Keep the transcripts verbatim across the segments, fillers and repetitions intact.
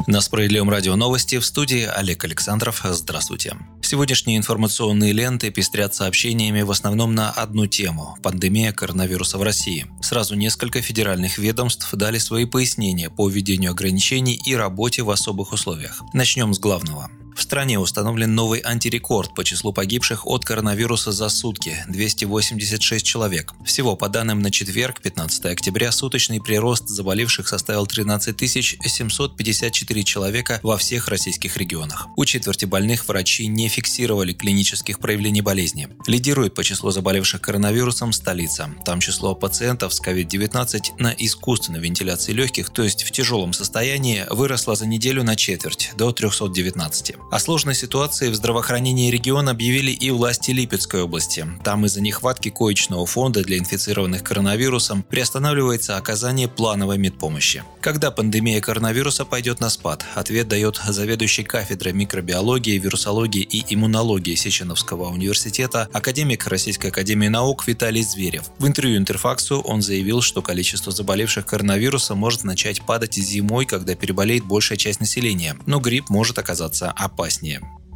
На Справедливом радио новости, в студии Олег Александров. Здравствуйте. Сегодняшние информационные ленты пестрят сообщениями в основном на одну тему – пандемия коронавируса в России. Сразу несколько федеральных ведомств дали свои пояснения по введению ограничений и работе в особых условиях. Начнем с главного. В стране установлен новый антирекорд по числу погибших от коронавируса за сутки – двести восемьдесят шесть человек. Всего, по данным на четверг, пятнадцатого октября, суточный прирост заболевших составил тринадцать тысяч семьсот пятьдесят четыре человека во всех российских регионах. У четверти больных врачи не фиксировали клинических проявлений болезни. Лидирует по числу заболевших коронавирусом столица. Там число пациентов с ковид девятнадцать на искусственной вентиляции легких, то есть в тяжелом состоянии, выросло за неделю на четверть – до трёхсот девятнадцати. О сложной ситуации в здравоохранении региона объявили и власти Липецкой области. Там из-за нехватки коечного фонда для инфицированных коронавирусом приостанавливается оказание плановой медпомощи. Когда пандемия коронавируса пойдет на спад? Ответ дает заведующий кафедрой микробиологии, вирусологии и иммунологии Сеченовского университета, академик Российской академии наук Виталий Зверев. В интервью Интерфаксу он заявил, что количество заболевших коронавирусом может начать падать зимой, когда переболеет большая часть населения, но грипп может оказаться опасным. опаснее.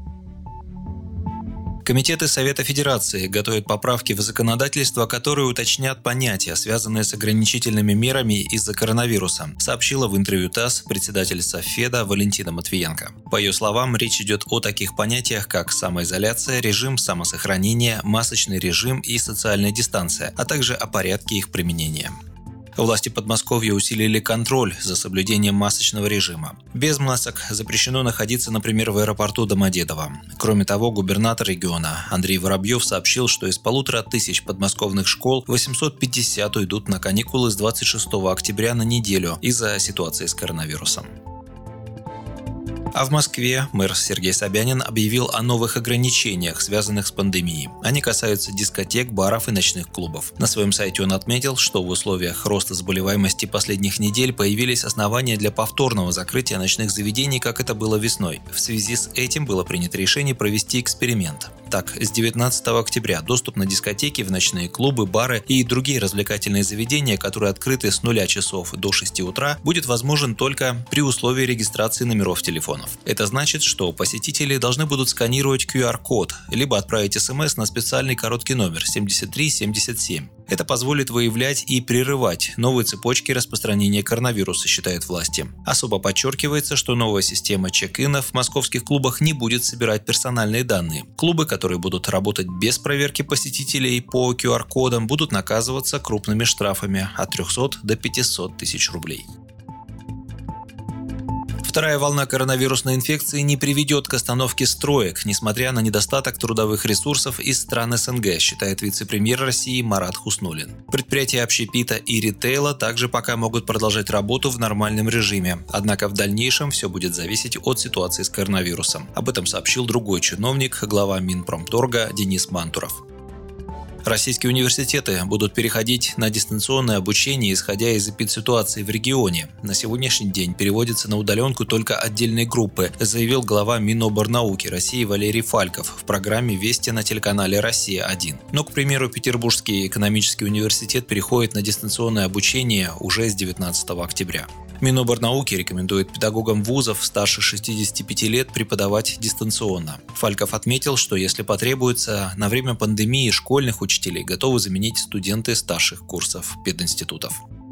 Комитеты Совета Федерации готовят поправки в законодательство, которые уточнят понятия, связанные с ограничительными мерами из-за коронавируса, сообщила в интервью ТАСС председатель Совфеда Валентина Матвиенко. По ее словам, речь идет о таких понятиях, как самоизоляция, режим самосохранения, масочный режим и социальная дистанция, а также о порядке их применения. Власти Подмосковья усилили контроль за соблюдением масочного режима. Без масок запрещено находиться, например, в аэропорту Домодедово. Кроме того, губернатор региона Андрей Воробьев сообщил, что из полутора тысяч подмосковных школ восемьсот пятьдесят уйдут на каникулы с двадцать шестого октября на неделю из-за ситуации с коронавирусом. А в Москве мэр Сергей Собянин объявил о новых ограничениях, связанных с пандемией. Они касаются дискотек, баров и ночных клубов. На своем сайте он отметил, что в условиях роста заболеваемости последних недель появились основания для повторного закрытия ночных заведений, как это было весной. В связи с этим было принято решение провести эксперимент. Так, с девятнадцатого октября доступ на дискотеки, в ночные клубы, бары и другие развлекательные заведения, которые открыты с нуля часов до шести утра, будет возможен только при условии регистрации номеров телефонов. Это значит, что посетители должны будут сканировать ку ар код, либо отправить смс на специальный короткий номер семьдесят три семьдесят семь. Это позволит выявлять и прерывать новые цепочки распространения коронавируса, считают власти. Особо подчеркивается, что новая система чек-инов в московских клубах не будет собирать персональные данные. Клубы, которые будут работать без проверки посетителей по ку ар кодам, будут наказываться крупными штрафами от трёхсот до пятисот тысяч рублей. Вторая волна коронавирусной инфекции не приведет к остановке строек, несмотря на недостаток трудовых ресурсов из стран эс эн гэ, считает вице-премьер России Марат Хуснуллин. Предприятия общепита и ритейла также пока могут продолжать работу в нормальном режиме, однако в дальнейшем все будет зависеть от ситуации с коронавирусом. Об этом сообщил другой чиновник, глава Минпромторга Денис Мантуров. Российские университеты будут переходить на дистанционное обучение, исходя из эпидситуации в регионе. На сегодняшний день переводятся на удаленку только отдельные группы, заявил глава Миноборнауки России Валерий Фальков в программе «Вести» на телеканале «Россия-один». Но, к примеру, Петербургский экономический университет переходит на дистанционное обучение уже с девятнадцатого октября. Миноборнауки рекомендует педагогам вузов старше шестидесяти пяти лет преподавать дистанционно. Фальков отметил, что если потребуется, на время пандемии школьных учителей готовы заменить студенты старших курсов пединститутов.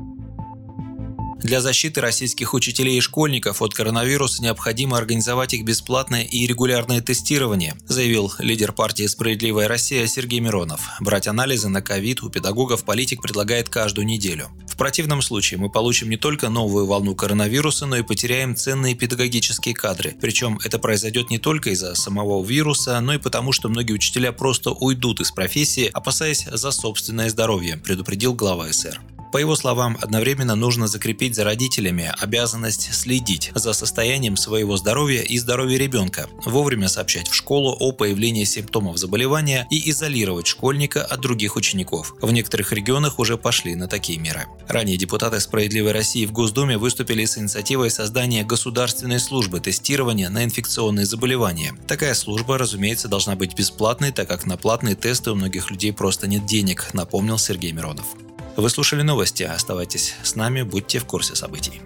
Для защиты российских учителей и школьников от коронавируса необходимо организовать их бесплатное и регулярное тестирование, заявил лидер партии «Справедливая Россия» Сергей Миронов. Брать анализы на ковид у педагогов политик предлагает каждую неделю. В противном случае мы получим не только новую волну коронавируса, но и потеряем ценные педагогические кадры. Причем это произойдет не только из-за самого вируса, но и потому, что многие учителя просто уйдут из профессии, опасаясь за собственное здоровье, предупредил глава эс эр. По его словам, одновременно нужно закрепить за родителями обязанность следить за состоянием своего здоровья и здоровья ребенка, вовремя сообщать в школу о появлении симптомов заболевания и изолировать школьника от других учеников. В некоторых регионах уже пошли на такие меры. Ранее депутаты «Справедливой России» в Госдуме выступили с инициативой создания государственной службы тестирования на инфекционные заболевания. Такая служба, разумеется, должна быть бесплатной, так как на платные тесты у многих людей просто нет денег, напомнил Сергей Миронов. Вы слушали новости, оставайтесь с нами, будьте в курсе событий.